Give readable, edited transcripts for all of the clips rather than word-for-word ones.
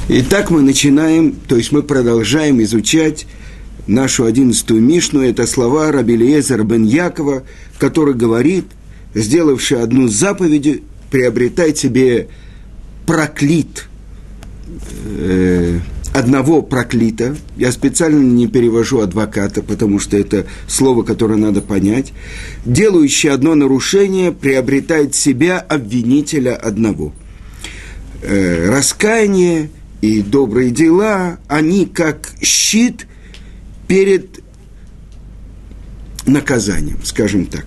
Итак, мы начинаем, то есть мы продолжаем изучать нашу 11-ю Мишну. Это слова раби Элиэзера бен Якова, который говорит, сделавший одну заповедь, приобретай себе проклит, одного проклита. Я специально не перевожу адвоката, потому что это слово, которое надо понять. Делающий одно нарушение приобретает себя обвинителя одного. Раскаяние и добрые дела, они как щит перед наказанием, скажем так.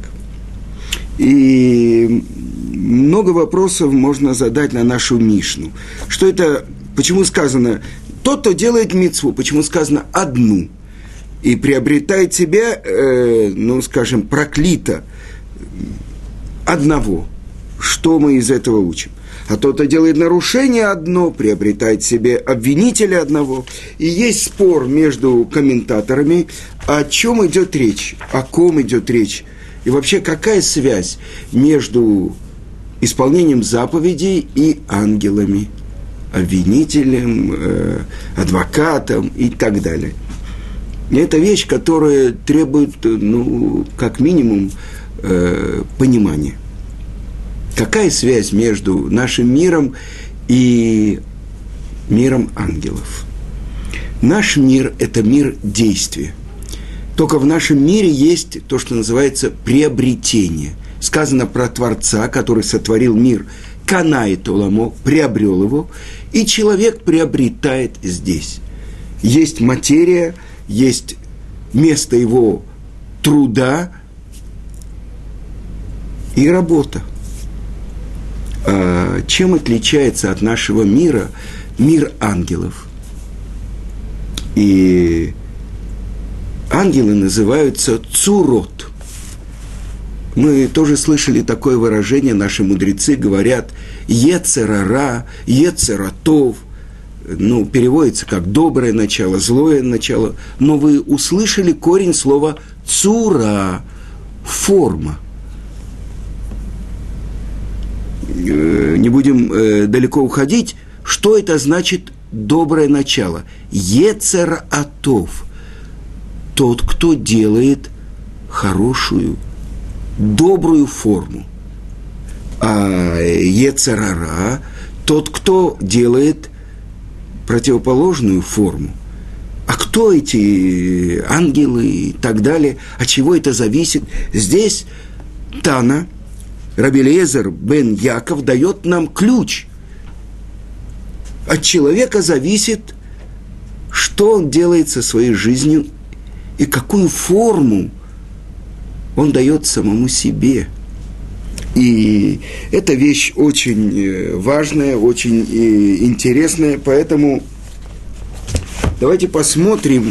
И много вопросов можно задать на нашу Мишну. Что это, почему сказано, тот, кто делает мицву, почему сказано одну, и приобретает себя, скажем, проклито одного. Что мы из этого учим? А тот, кто делает нарушение одно, приобретает себе обвинителя одного. И есть спор между комментаторами, о чем идет речь, о ком идет речь. И вообще, какая связь между исполнением заповедей и ангелами, обвинителем, адвокатом и так далее. И это вещь, которая требует, как минимум, понимания. Какая связь между нашим миром и миром ангелов? Наш мир – это мир действия. Только в нашем мире есть то, что называется приобретение. Сказано про Творца, который сотворил мир, канает оламо, приобрел его, и человек приобретает здесь. Есть материя, есть место его труда и работа. Чем отличается от нашего мира мир ангелов? И ангелы называются цурот. Мы тоже слышали такое выражение, наши мудрецы говорят ецер-ара, ецер-атов, переводится как доброе начало, злое начало, но вы услышали корень слова цура, форма. Не будем далеко уходить, что это значит доброе начало. Ецер-атов, тот, кто делает хорошую, добрую форму. А ецер-ара, тот, кто делает противоположную форму. А кто эти ангелы и так далее? От чего это зависит? Здесь Тана, раби Элиэзер бен Яков, дает нам ключ. От человека зависит, что он делает со своей жизнью и какую форму он дает самому себе. И эта вещь очень важная, очень интересная, поэтому давайте посмотрим,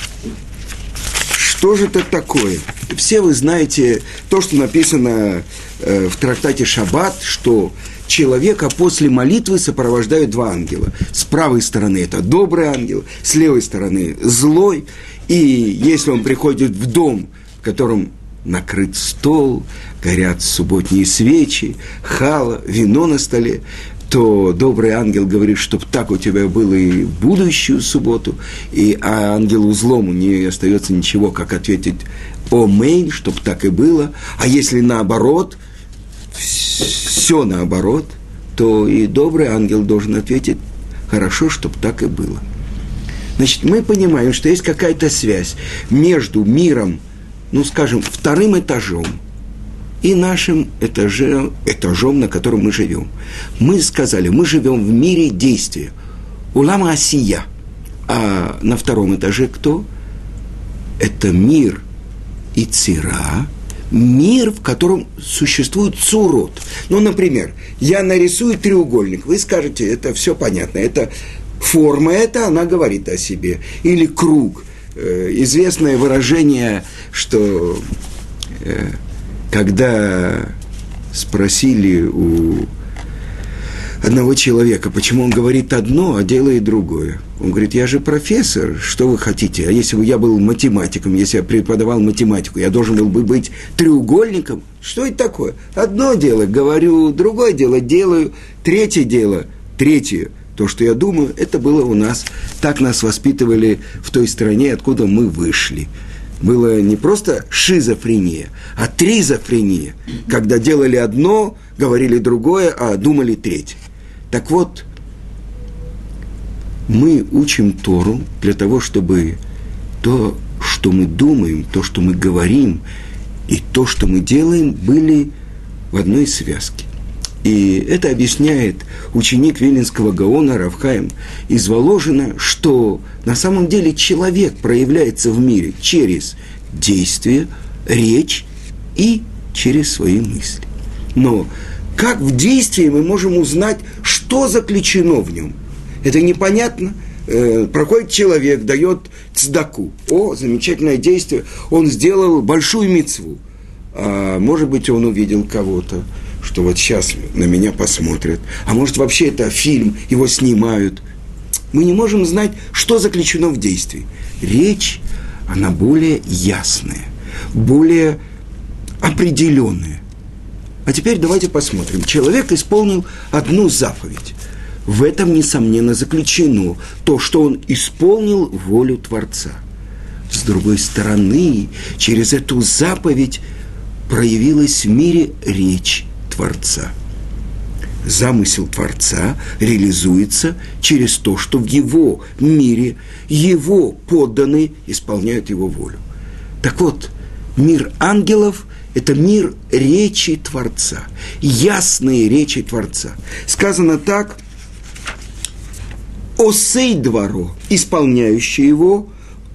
что же это такое. Все вы знаете то, что написано в трактате Шаббат, что человека после молитвы сопровождают два ангела. С правой стороны это добрый ангел, с левой стороны злой. И если он приходит в дом, в котором накрыт стол, горят субботние свечи, хала, вино на столе, то добрый ангел говорит, чтобы так у тебя было и в будущую субботу, а ангелу злому не остается ничего, как ответить «Омейн», чтобы так и было. А если наоборот, все наоборот, то и добрый ангел должен ответить «Хорошо, чтобы так и было». Значит, мы понимаем, что есть какая-то связь между миром, скажем, вторым этажом и нашим этажом, на котором мы живем. Мы сказали, мы живем в мире действия. Улама Асия. А на втором этаже кто? Это мир Ицира, мир, в котором существует цурот. Например, я нарисую треугольник. Вы скажете, это все понятно. Это форма, она говорит о себе. Или круг. Известное выражение, что когда спросили у одного человека, почему он говорит одно, а делает другое. Он говорит, я же профессор, что вы хотите? А если бы я был математиком, если я преподавал математику, я должен был бы быть треугольником? Что это такое? Одно дело говорю, другое дело делаю, третье дело, то, что я думаю, это было у нас, так нас воспитывали в той стране, откуда мы вышли. Было не просто шизофрения, а тризофрения, когда делали одно, говорили другое, а думали третье. Так вот, мы учим Тору для того, чтобы то, что мы думаем, то, что мы говорим, и то, что мы делаем, были в одной связке. И это объясняет ученик Виленского Гаона Рав Хаим из Воложина, что на самом деле человек проявляется в мире через действие, речь и через свои мысли. Но как в действии мы можем узнать, что заключено в нем? Это непонятно. Проходит человек, дает цдаку. О, замечательное действие. Он сделал большую мицву. А может быть, он увидел кого-то, что вот сейчас на меня посмотрят. А может, вообще это фильм, его снимают. Мы не можем знать, что заключено в действии. Речь, она более ясная, более определенная. А теперь давайте посмотрим. Человек исполнил одну заповедь. В этом, несомненно, заключено то, что он исполнил волю Творца. С другой стороны, через эту заповедь проявилась в мире речь Творца. Замысел Творца реализуется через то, что в его мире его подданные исполняют его волю. Так вот, мир ангелов – это мир речи Творца, ясные речи Творца. Сказано так: «Осей дворо», исполняющий его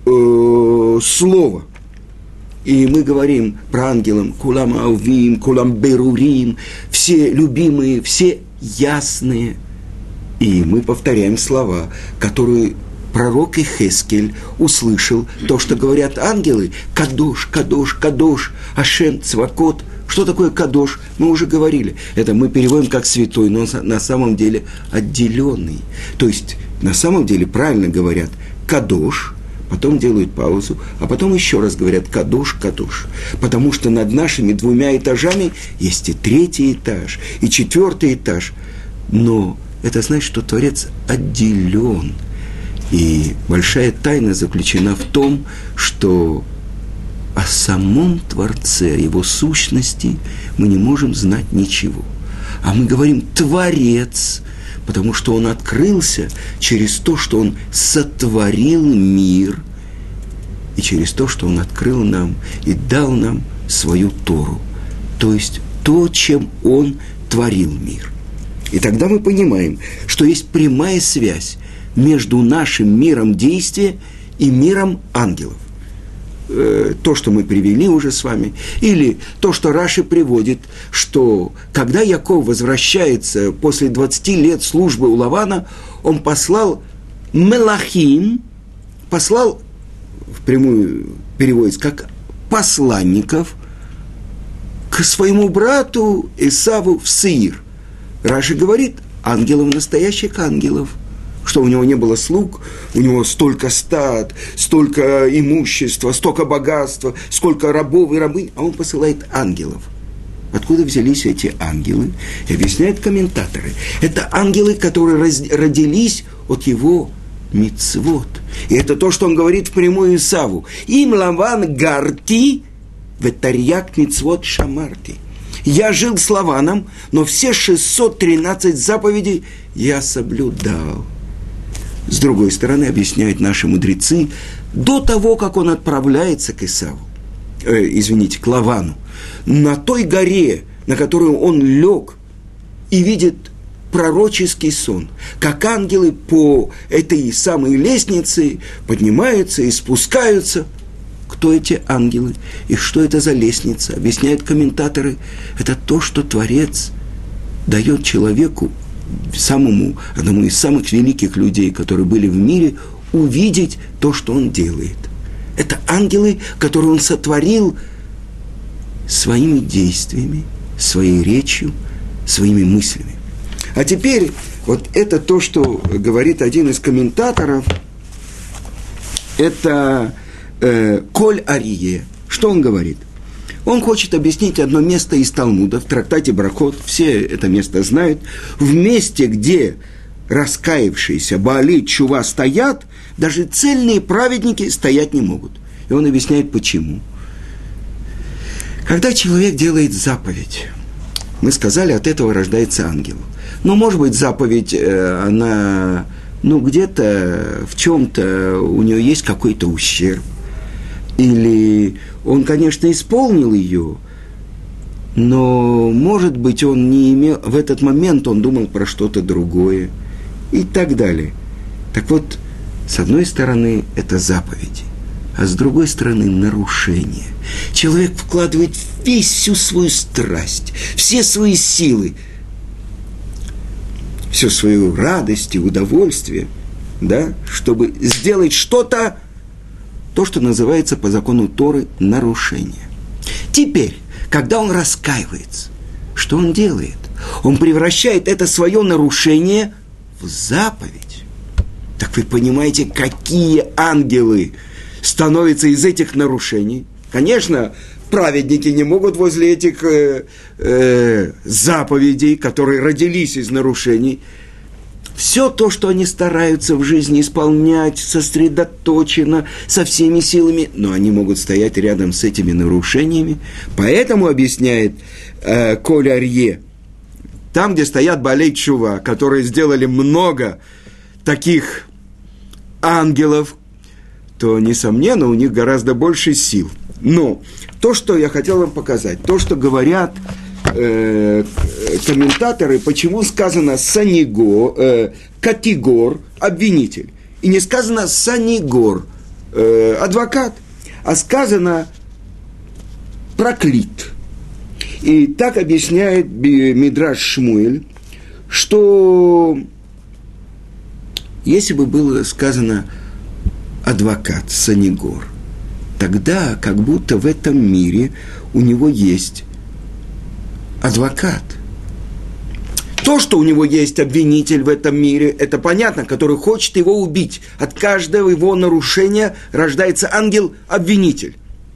слово. И мы говорим про ангелов: «Кулам аувим, кулам берурим», все любимые, все ясные. И мы повторяем слова, которые пророк Ихескель услышал, то, что говорят ангелы: «Кадош, кадош, кадош, Ашем Цвакот». Что такое кадош? Мы уже говорили. Это мы переводим как святой, но на самом деле отделенный. То есть, на самом деле правильно говорят кадош, потом делают паузу, а потом еще раз говорят кадош, кадош. Потому что над нашими двумя этажами есть и третий этаж, и четвертый этаж. Но это значит, что Творец отделен. И большая тайна заключена в том, что о самом Творце, о его сущности мы не можем знать ничего. А мы говорим «Творец», потому что он открылся через то, что он сотворил мир, и через то, что он открыл нам и дал нам свою Тору, то есть то, чем он творил мир. И тогда мы понимаем, что есть прямая связь между нашим миром действия и миром ангелов. То, что мы привели уже с вами, или то, что Раши приводит, что когда Яков возвращается после 20 лет службы у Лавана, он послал мелахим, послал, впрямую переводится, как посланников к своему брату Исаву в Сеир. Раши говорит: ангелов настоящих ангелов. Что у него не было слуг, у него столько стад, столько имущества, столько богатства, сколько рабов и рабынь, а он посылает ангелов. Откуда взялись эти ангелы? И объясняют комментаторы. Это ангелы, которые родились от его мицвот. И это то, что он говорит впрямую Исаву. «Им Лаван гарти, ветарьяк мицвот шамарти». Я жил с Лаваном, но все 613 заповедей я соблюдал. С другой стороны, объясняют наши мудрецы, до того, как он отправляется к Исаву, к Лавану, на той горе, на которую он лег, и видит пророческий сон, как ангелы по этой самой лестнице поднимаются и спускаются. Кто эти ангелы и что это за лестница? Объясняют комментаторы, это то, что Творец дает человеку, одному из самых великих людей, которые были в мире, увидеть то, что он делает. Это ангелы, которые он сотворил своими действиями, своей речью, своими мыслями. А теперь вот это то, что говорит один из комментаторов, это Коль Арие. Что он говорит? Он хочет объяснить одно место из Талмуда, в трактате Брахот, все это место знают, в месте, где раскаявшиеся Баалей Тшува стоят, даже цельные праведники стоять не могут. И он объясняет, почему. Когда человек делает заповедь, мы сказали, от этого рождается ангел. Но, может быть, заповедь, она, где-то, в чем-то у нее есть какой-то ущерб. Или он, конечно, исполнил ее, но, может быть, он не имел, в этот момент он думал про что-то другое и так далее. Так вот, с одной стороны, это заповеди, а с другой стороны, нарушение. Человек вкладывает всю свою страсть, все свои силы, всю свою радость и удовольствие, да, чтобы сделать что-то, то, что называется по закону Торы нарушение. Теперь, когда он раскаивается, что он делает? Он превращает это свое нарушение в заповедь. Так вы понимаете, какие ангелы становятся из этих нарушений? Конечно, праведники не могут возле этих заповедей, которые родились из нарушений, все то, что они стараются в жизни исполнять сосредоточенно, со всеми силами, но они могут стоять рядом с этими нарушениями. Поэтому, объясняет Коль Арье, там, где стоят Баалей Тшува, которые сделали много таких ангелов, то, несомненно, у них гораздо больше сил. Но то, что я хотел вам показать, то, что говорят комментаторы, почему сказано категор, обвинитель, и не сказано санигор, адвокат, а сказано проклит. И так объясняет Мидраш Шмуэль, что если бы было сказано адвокат, санигор, тогда как будто в этом мире у него есть адвокат. То, что у него есть обвинитель в этом мире, это понятно, который хочет его убить. От каждого его нарушения рождается ангел-обвинитель.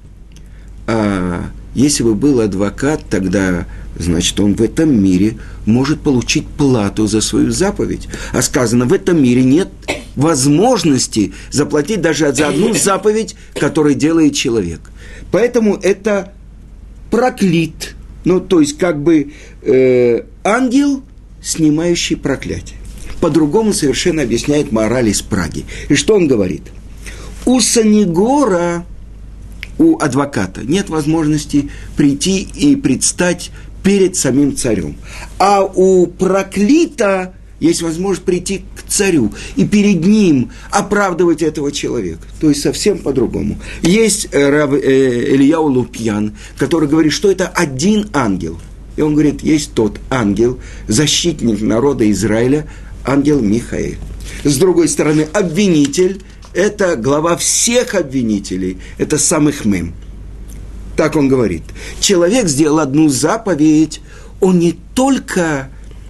А если бы был адвокат, тогда, значит, он в этом мире может получить плату за свою заповедь. А сказано, в этом мире нет возможности заплатить даже за одну заповедь, которую делает человек. Поэтому это проклит. То есть, ангел, снимающий проклятие. По-другому совершенно объясняет Маораль из Праги. И что он говорит? У санигора, у адвоката, нет возможности прийти и предстать перед самим царем. А у проклита есть возможность прийти к царю и перед ним оправдывать этого человека. То есть совсем по-другому. Есть рав Ильяу Лупьян, который говорит, что это один ангел. И он говорит, есть тот ангел, защитник народа Израиля, ангел Михаил. С другой стороны, обвинитель – это глава всех обвинителей, это самых мем. Так он говорит. Человек сделал одну заповедь, он не только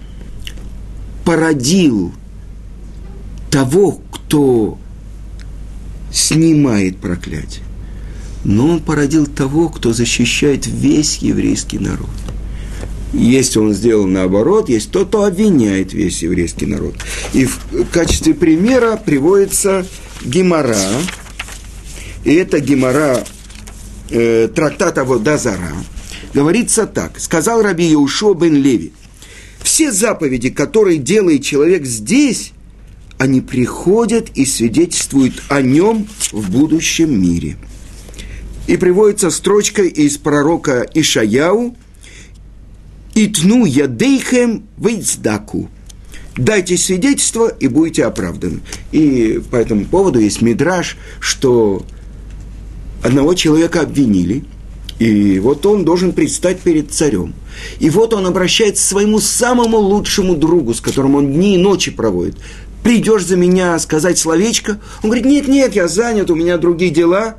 породил того, кто снимает проклятие, но он породил того, кто защищает весь еврейский народ. Если он сделал наоборот, есть тот, кто обвиняет весь еврейский народ. И в качестве примера приводится Гемара, и это Гемара трактата Авода Зара. Говорится так: сказал Раби Йеушуа бен Леви, все заповеди, которые делает человек здесь, они приходят и свидетельствуют о нем в будущем мире. И приводится строчка из пророка Ишаяу: «Итну ядейхем вейцдаку». Дайте свидетельство, и будете оправданы. И по этому поводу есть мидраш, что одного человека обвинили, и вот он должен предстать перед царем. И вот он обращается к своему самому лучшему другу, с которым он дни и ночи проводит. «Придешь за меня сказать словечко?» Он говорит: «Нет, я занят, у меня другие дела».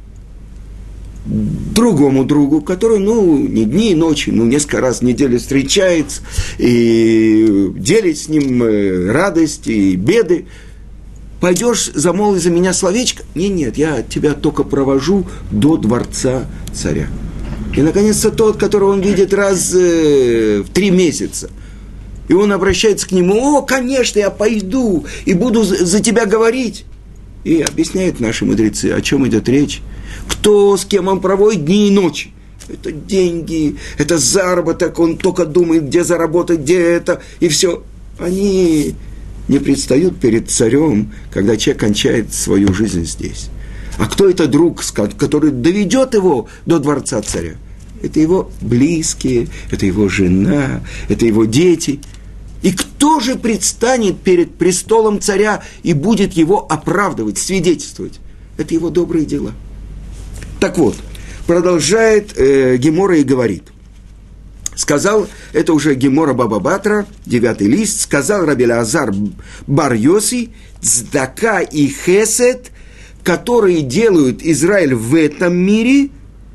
Другому другу, который, не дни и ночи, несколько раз в неделю встречается и делит с ним радость и беды. «Пойдешь замолвить за меня словечко?» Нет, я тебя только провожу до дворца царя. И, наконец-то, тот, которого он видит раз в 3 месяца. И он обращается к нему: «О, конечно, я пойду и буду за тебя говорить». И объясняют наши мудрецы, о чем идет речь. Кто с кем он проводит дни и ночи. Это деньги, это заработок, он только думает, где заработать, где это, и все. Они не предстают перед царем, когда человек кончает свою жизнь здесь. А кто это друг, который доведет его до дворца царя? Это его близкие, это его жена, это его дети. И кто же предстанет перед престолом царя и будет его оправдывать, свидетельствовать? Это его добрые дела. Так вот, продолжает Гемора и говорит. Сказал, это уже Гемора Баба Батра, 9 лист, сказал Раби Элеазар бар Йоси: цдака и хесед, которые делают Израиль в этом мире,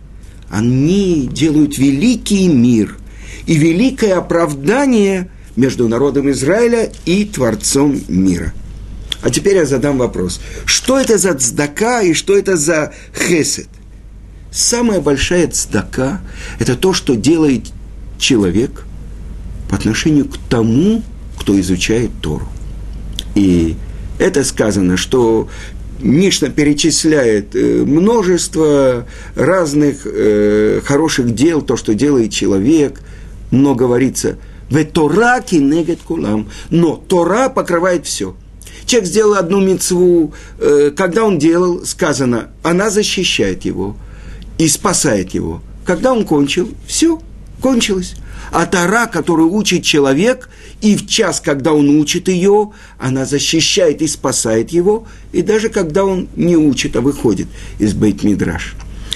они делают великий мир и великое оправдание между народом Израиля и Творцом мира. А теперь я задам вопрос. Что это за цдака и что это за хесед? Самая большая цдака – это то, что делает человек по отношению к тому, кто изучает Тору. И это сказано, что Мишна перечисляет множество разных хороших дел, то, что делает человек, но говорится «Ве Тора кинегет кулам», но Тора покрывает все. Человек сделал одну мицву, когда он делал, сказано, она защищает его и спасает его. Когда он кончил, все, кончилось. А Тора, которую учит человек, и в час, когда он учит ее, она защищает и спасает его, и даже когда он не учит, а выходит из Бейт-Мидраш.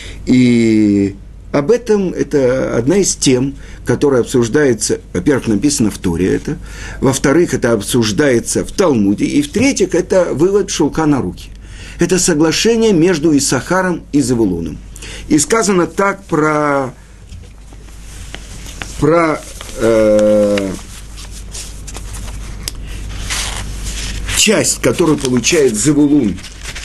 И об этом это одна из тем, которая обсуждается, во-первых, написано в Торе это, во-вторых, это обсуждается в Талмуде, и в-третьих, это вывод Шулхана Арухи. Это соглашение между Иссахаром и Завулуном. И сказано так про часть, которую получает Завулун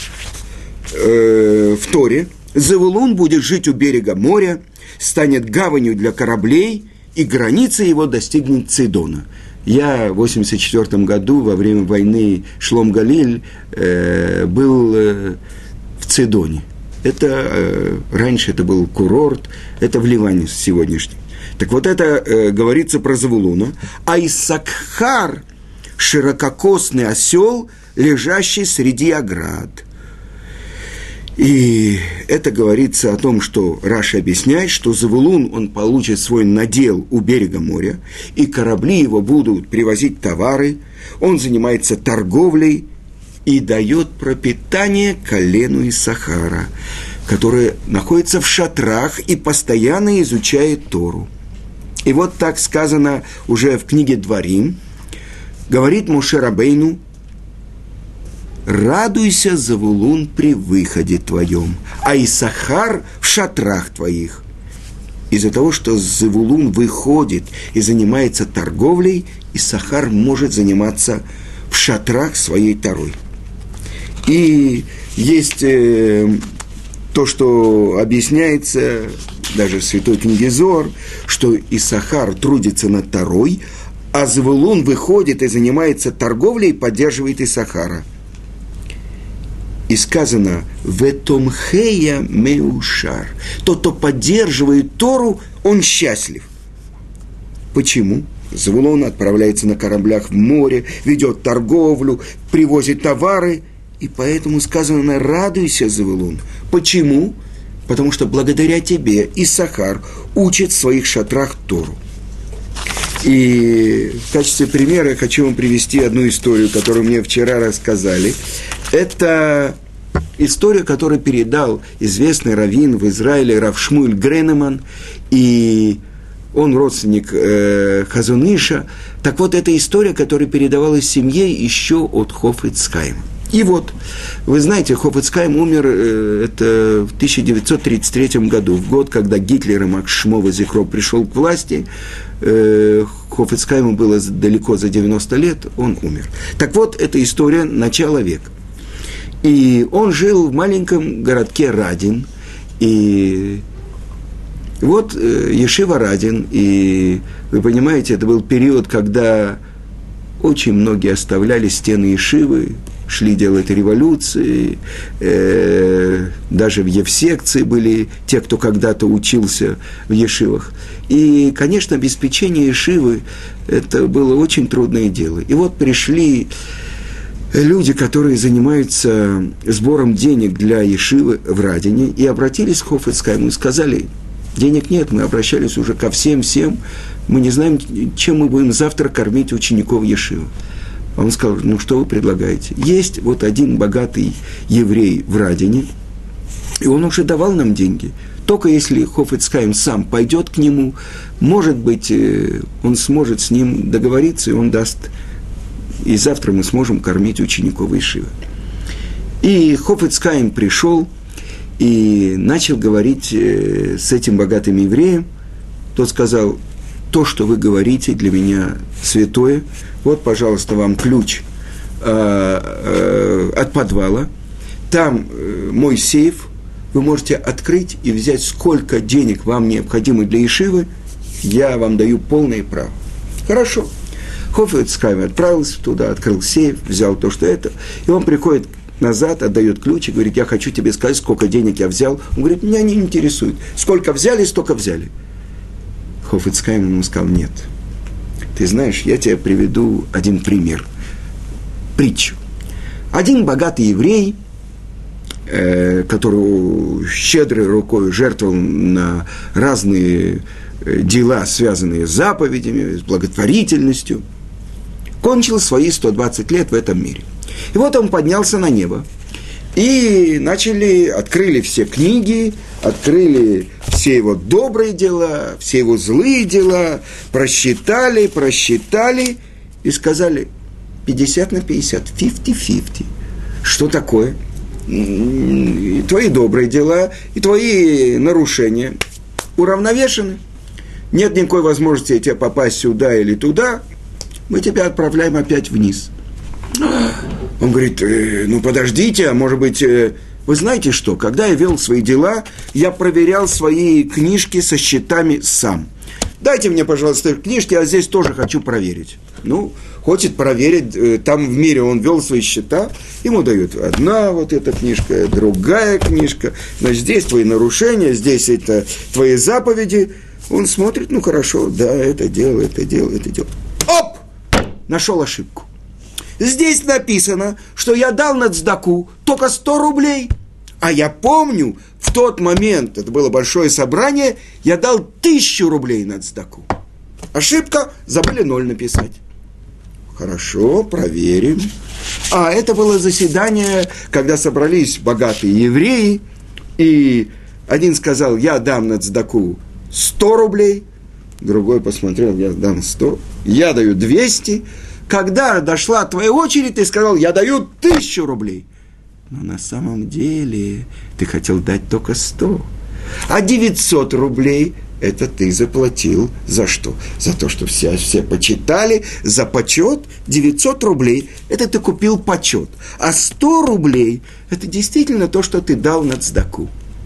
в Торе. Завулун будет жить у берега моря, станет гаванью для кораблей, и граница его достигнет Цидона. Я в 1984 году во время войны Шлом-Галиль был в Цидоне. Это раньше это был курорт, это в Ливане сегодняшний. Так вот это говорится про Завулуна. А Иссакхар – ширококосный осел, лежащий среди оград. И это говорится о том, что Раши объясняет, что Завулун, он получит свой надел у берега моря, и корабли его будут привозить товары, он занимается торговлей и дает пропитание колену Иссахара, которое находится в шатрах и постоянно изучает Тору. И вот так сказано уже в книге Дворим, говорит Моше Рабейну: «Радуйся, Завулун, при выходе твоем, а Иссахар в шатрах твоих». Из-за того, что Завулун выходит и занимается торговлей, Иссахар может заниматься в шатрах своей Торой. И есть то, что объясняется даже в Святой книге Зоар, что Иссахар трудится над Торой, а Завулун выходит и занимается торговлей и поддерживает Иссахара. И сказано «Ветомхея меушар». Тот, кто поддерживает Тору, он счастлив. Почему? Завулун отправляется на кораблях в море, ведет торговлю, привозит товары. И поэтому сказано «Радуйся, Завулун». Почему? Потому что благодаря тебе Иссахар учит в своих шатрах Тору. И в качестве примера я хочу вам привести одну историю, которую мне вчера рассказали. Это история, которую передал известный раввин в Израиле Рав Шмуэль Гренеман, и он родственник Хазон Иша. Так вот, это история, которая передавалась семье еще от Хофец Хаима. И вот, вы знаете, Хофец Хаим умер это в 1933 году, в год, когда Гитлер и Макс Шмова Зихро пришел к власти. Хофец Хаиму было далеко за 90 лет, он умер. Так вот, это история начала века. И он жил в маленьком городке Радин, и Вот Ешива Радин, и вы понимаете, это был период, когда очень многие оставляли стены Ешивы, шли делать революции, даже в Евсекции были те, кто когда-то учился в Ешивах. И, конечно, обеспечение Ешивы – это было очень трудное дело. И вот пришли люди, которые занимаются сбором денег для Ешивы в Радине, и обратились к Хофец Хаиму и сказали: денег нет, мы обращались уже ко всем, мы не знаем, чем мы будем завтра кормить учеников Ешивы. А он сказал: ну что вы предлагаете? Есть вот один богатый еврей в Радине, и он уже давал нам деньги. Только если Хофец Хаим сам пойдет к нему, может быть, он сможет с ним договориться, и он даст, и завтра мы сможем кормить учеников Ешивы. И Хофец Хаим пришел и начал говорить с этим богатым евреем. Тот сказал: то, что вы говорите, для меня святое. Вот, пожалуйста, вам ключ от подвала. Там мой сейф. Вы можете открыть и взять, сколько денег вам необходимо для Ешивы. Я вам даю полное право. Хорошо. Хофец Хаим отправился туда, открыл сейф, взял то, что это. И он приходит назад, отдает ключ и говорит: я хочу тебе сказать, сколько денег я взял. Он говорит: меня не интересует. Сколько взяли, столько взяли. Хофец Хаим ему сказал: нет. Ты знаешь, я тебе приведу один пример, притчу. Один богатый еврей, который щедрой рукой жертвовал на разные дела, связанные с заповедями, с благотворительностью, кончил свои 120 лет в этом мире. И вот он поднялся на небо. И открыли все книги, открыли все его добрые дела, все его злые дела, просчитали и сказали: 50 на 50, 50-50. Что такое? И твои добрые дела, и твои нарушения уравновешены. Нет никакой возможности тебе попасть сюда или туда, мы тебя отправляем опять вниз. Он говорит: ну подождите, а может быть, вы знаете что, когда я вел свои дела, я проверял свои книжки со счетами сам. Дайте мне, пожалуйста, книжки, я здесь тоже хочу проверить. Ну, хочет проверить, там в мире он вел свои счета, ему дают одна вот эта книжка, другая книжка, значит, здесь твои нарушения, здесь это твои заповеди. Он смотрит: ну хорошо, да, это дело. Оп! Нашел ошибку. Здесь написано, что я дал на цдаку только 100 рублей. А я помню, в тот момент, это было большое собрание, я дал 1000 рублей на цдаку. Ошибка, забыли 0 написать. Хорошо, проверим. А это было заседание, когда собрались богатые евреи, и один сказал: я дам на цдаку 100 рублей, другой посмотрел: я дам 100, я даю 200. Когда дошла твоя очередь, ты сказал: я даю 1000 рублей. Но на самом деле ты хотел дать только 100. А 900 рублей это ты заплатил за что? За то, что все почитали, за почет. 900 рублей это ты купил почет. А 100 рублей это действительно то, что ты дал на цдаку.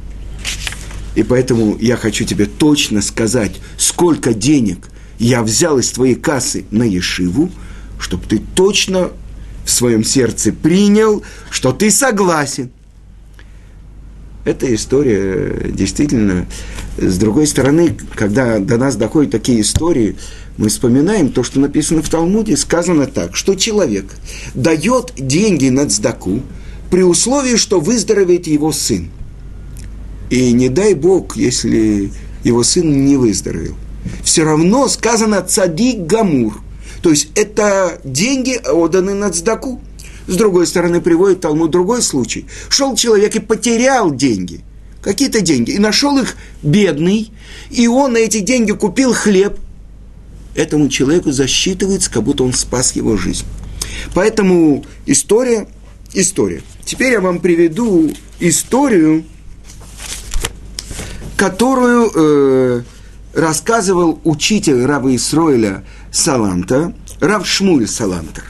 И поэтому я хочу тебе точно сказать, сколько денег я взял из твоей кассы на Ешиву, чтобы ты точно в своем сердце принял, что ты согласен. Эта история действительно, с другой стороны, когда до нас доходят такие истории, мы вспоминаем то, что написано в Талмуде. Сказано так, что человек дает деньги на цдаку при условии, что выздоровеет его сын. И не дай Бог, если его сын не выздоровел. Все равно сказано цадик гамур. То есть это деньги отданы на цдаку. С другой стороны, приводит Талмуд другой случай. Шел человек и потерял деньги, какие-то деньги, и нашел их бедный, и он на эти деньги купил хлеб. Этому человеку засчитывается, как будто он спас его жизнь. Поэтому история. Теперь я вам приведу историю, которую рассказывал учитель Рава Исроэля Саланта, Рав Шмуэль Салантер.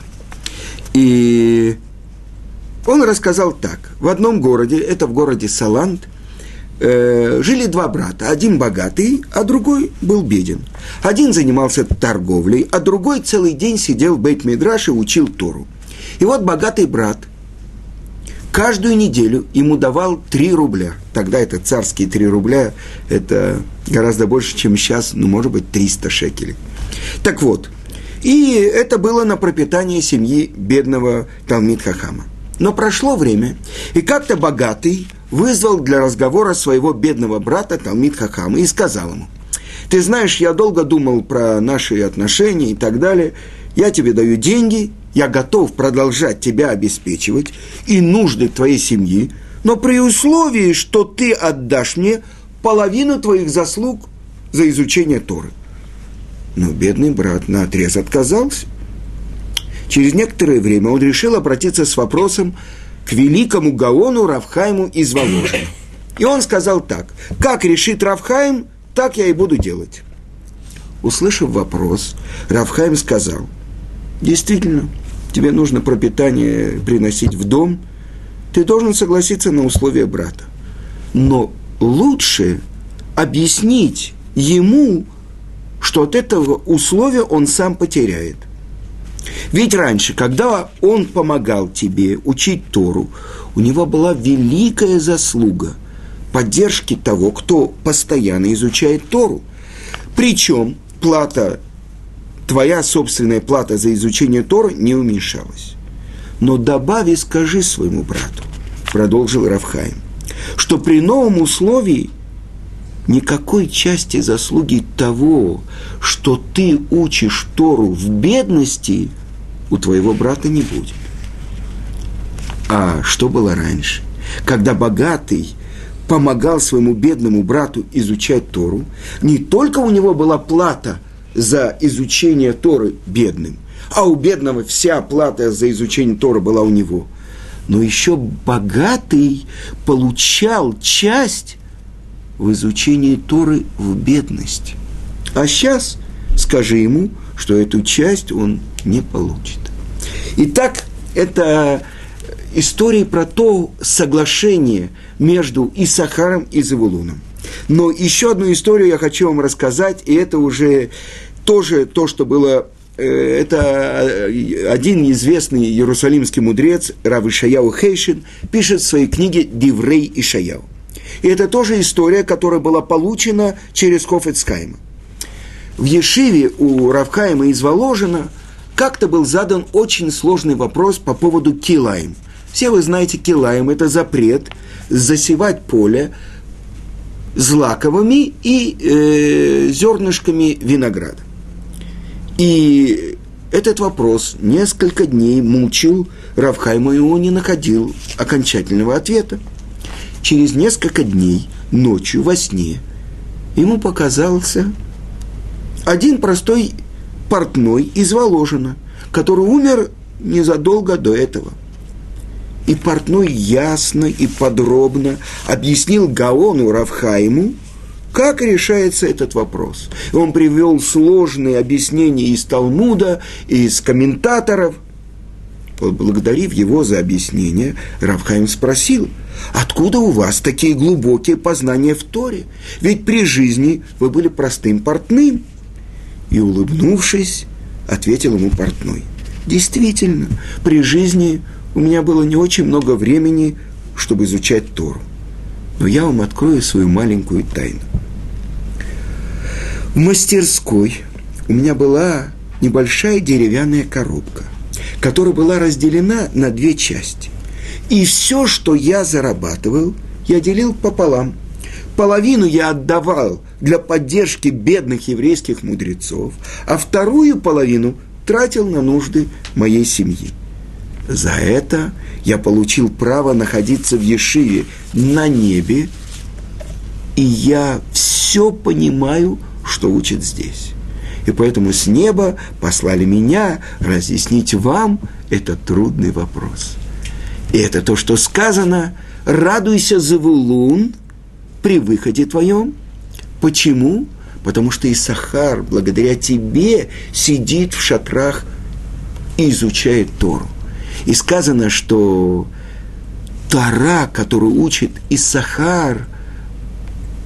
И он рассказал так. В одном городе, это в городе Салант, жили два брата. Один богатый, а другой был беден. Один занимался торговлей, а другой целый день сидел в Бейт-Мидраше и учил Тору. И вот богатый брат каждую неделю ему давал 3 рубля. Тогда это царские 3 рубля, это гораздо больше, чем сейчас, может быть, 300 шекелей. Так вот, и это было на пропитание семьи бедного Талмид Хахама. Но прошло время, и как-то богатый вызвал для разговора своего бедного брата Талмид Хахама и сказал ему: «Ты знаешь, я долго думал про наши отношения и так далее. Я тебе даю деньги, я готов продолжать тебя обеспечивать и нужды твоей семьи, но при условии, что ты отдашь мне половину твоих заслуг за изучение Торы». Но бедный брат наотрез отказался. Через некоторое время он решил обратиться с вопросом к великому Гаону Рав Хаиму из Воложина. И он сказал так: «Как решит Рав Хаим, так я и буду делать». Услышав вопрос, Рав Хаим сказал: «Действительно, тебе нужно пропитание приносить в дом, ты должен согласиться на условия брата. Но лучше объяснить ему, что от этого условия он сам потеряет. Ведь раньше, когда он помогал тебе учить Тору, у него была великая заслуга поддержки того, кто постоянно изучает Тору. Причем твоя собственная плата за изучение Торы не уменьшалась. Но добавь и скажи своему брату, продолжил Рав Хаим, что при новом условии никакой части заслуги того, что ты учишь Тору в бедности, у твоего брата не будет». А что было раньше? Когда богатый помогал своему бедному брату изучать Тору, не только у него была плата за изучение Торы бедным, а у бедного вся плата за изучение Торы была у него, но еще богатый получал часть в изучении Торы в бедность. А сейчас скажи ему, что эту часть он не получит. Итак, это история про то соглашение между Иссахаром и Зевулуном. Но еще одну историю я хочу вам рассказать, и это уже тоже то, что было. Это один известный иерусалимский мудрец, Рав Ишаяу Хейшин, пишет в своей книге «Диврей Ишаяу». И это тоже история, которая была получена через Хофец Хаима. В Ешиве у Рав Хаима из Воложина как-то был задан очень сложный вопрос по поводу килаим. Все вы знаете, килаим – это запрет засевать поле злаковыми и зернышками винограда. И этот вопрос несколько дней мучил Рав Хаима, и он не находил окончательного ответа. Через несколько дней, ночью, во сне, ему показался один простой портной из Воложина, который умер незадолго до этого. И портной ясно и подробно объяснил Гаону Рав Хаиму, как решается этот вопрос. И он привел сложные объяснения из Талмуда, из комментаторов. Поблагодарив его за объяснение, Рав Хаим спросил: «Откуда у вас такие глубокие познания в Торе? Ведь при жизни вы были простым портным». И, улыбнувшись, ответил ему портной: «Действительно, при жизни у меня было не очень много времени, чтобы изучать Тору. Но я вам открою свою маленькую тайну. В мастерской у меня была небольшая деревянная коробка, которая была разделена на 2 части. И все, что я зарабатывал, я делил пополам. Половину я отдавал для поддержки бедных еврейских мудрецов, а вторую половину тратил на нужды моей семьи. За это я получил право находиться в Ешиве на небе, и я все понимаю, что учат здесь. И поэтому с неба послали меня разъяснить вам этот трудный вопрос. И это то, что сказано: «Радуйся, Зевулун, при выходе твоем». Почему? Потому что Иссахар, благодаря тебе, сидит в шатрах и изучает Тору. И сказано, что Тора, которую учит Иссахар,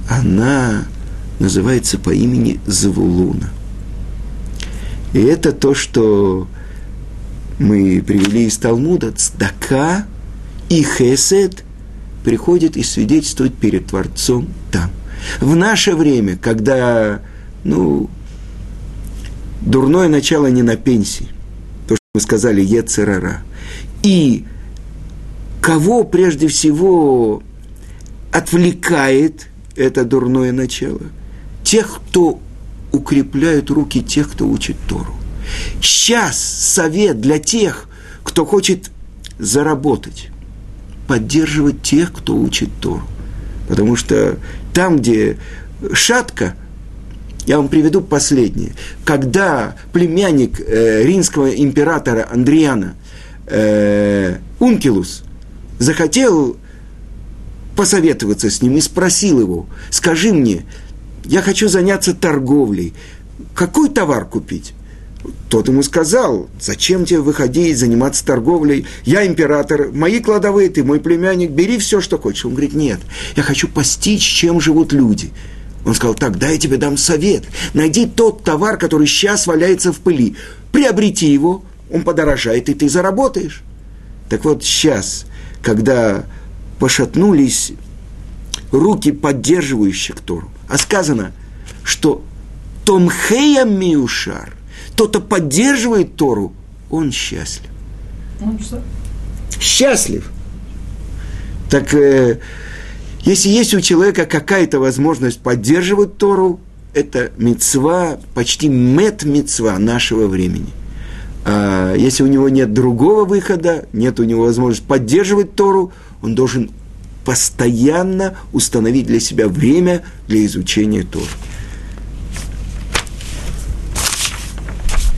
она называется по имени Завулуна. И это то, что мы привели из Талмуда. Цдака и хесед приходят и свидетельствуют перед Творцом там. В наше время, когда, дурное начало не на пенсии, то, что мы сказали, йецер ара, и кого прежде всего отвлекает это дурное начало? Тех, кто укрепляют руки тех, кто учит Тору. Сейчас совет для тех, кто хочет заработать, поддерживать тех, кто учит Тору. Потому что там, где шатко, я вам приведу последнее. Когда племянник римского императора Андриана Ункилус захотел посоветоваться с ним и спросил его: скажи мне, я хочу заняться торговлей, какой товар купить? Тот ему сказал: зачем тебе выходить, заниматься торговлей? Я император, мои кладовые, ты мой племянник, бери все, что хочешь. Он говорит: нет, я хочу постичь, чем живут люди. Он сказал: так, дай я тебе дам совет. Найди тот товар, который сейчас валяется в пыли. Приобрети его, он подорожает, и ты заработаешь. Так вот, сейчас, когда пошатнулись руки поддерживающих Тору, а сказано, что Томхея Миушар, тот, кто поддерживает Тору, он счастлив. Счастлив. Так если есть у человека какая-то возможность поддерживать Тору, это мицва, почти мет-мицва нашего времени. А если у него нет другого выхода, нет у него возможности поддерживать Тору, он должен постоянно установить для себя время для изучения Торы.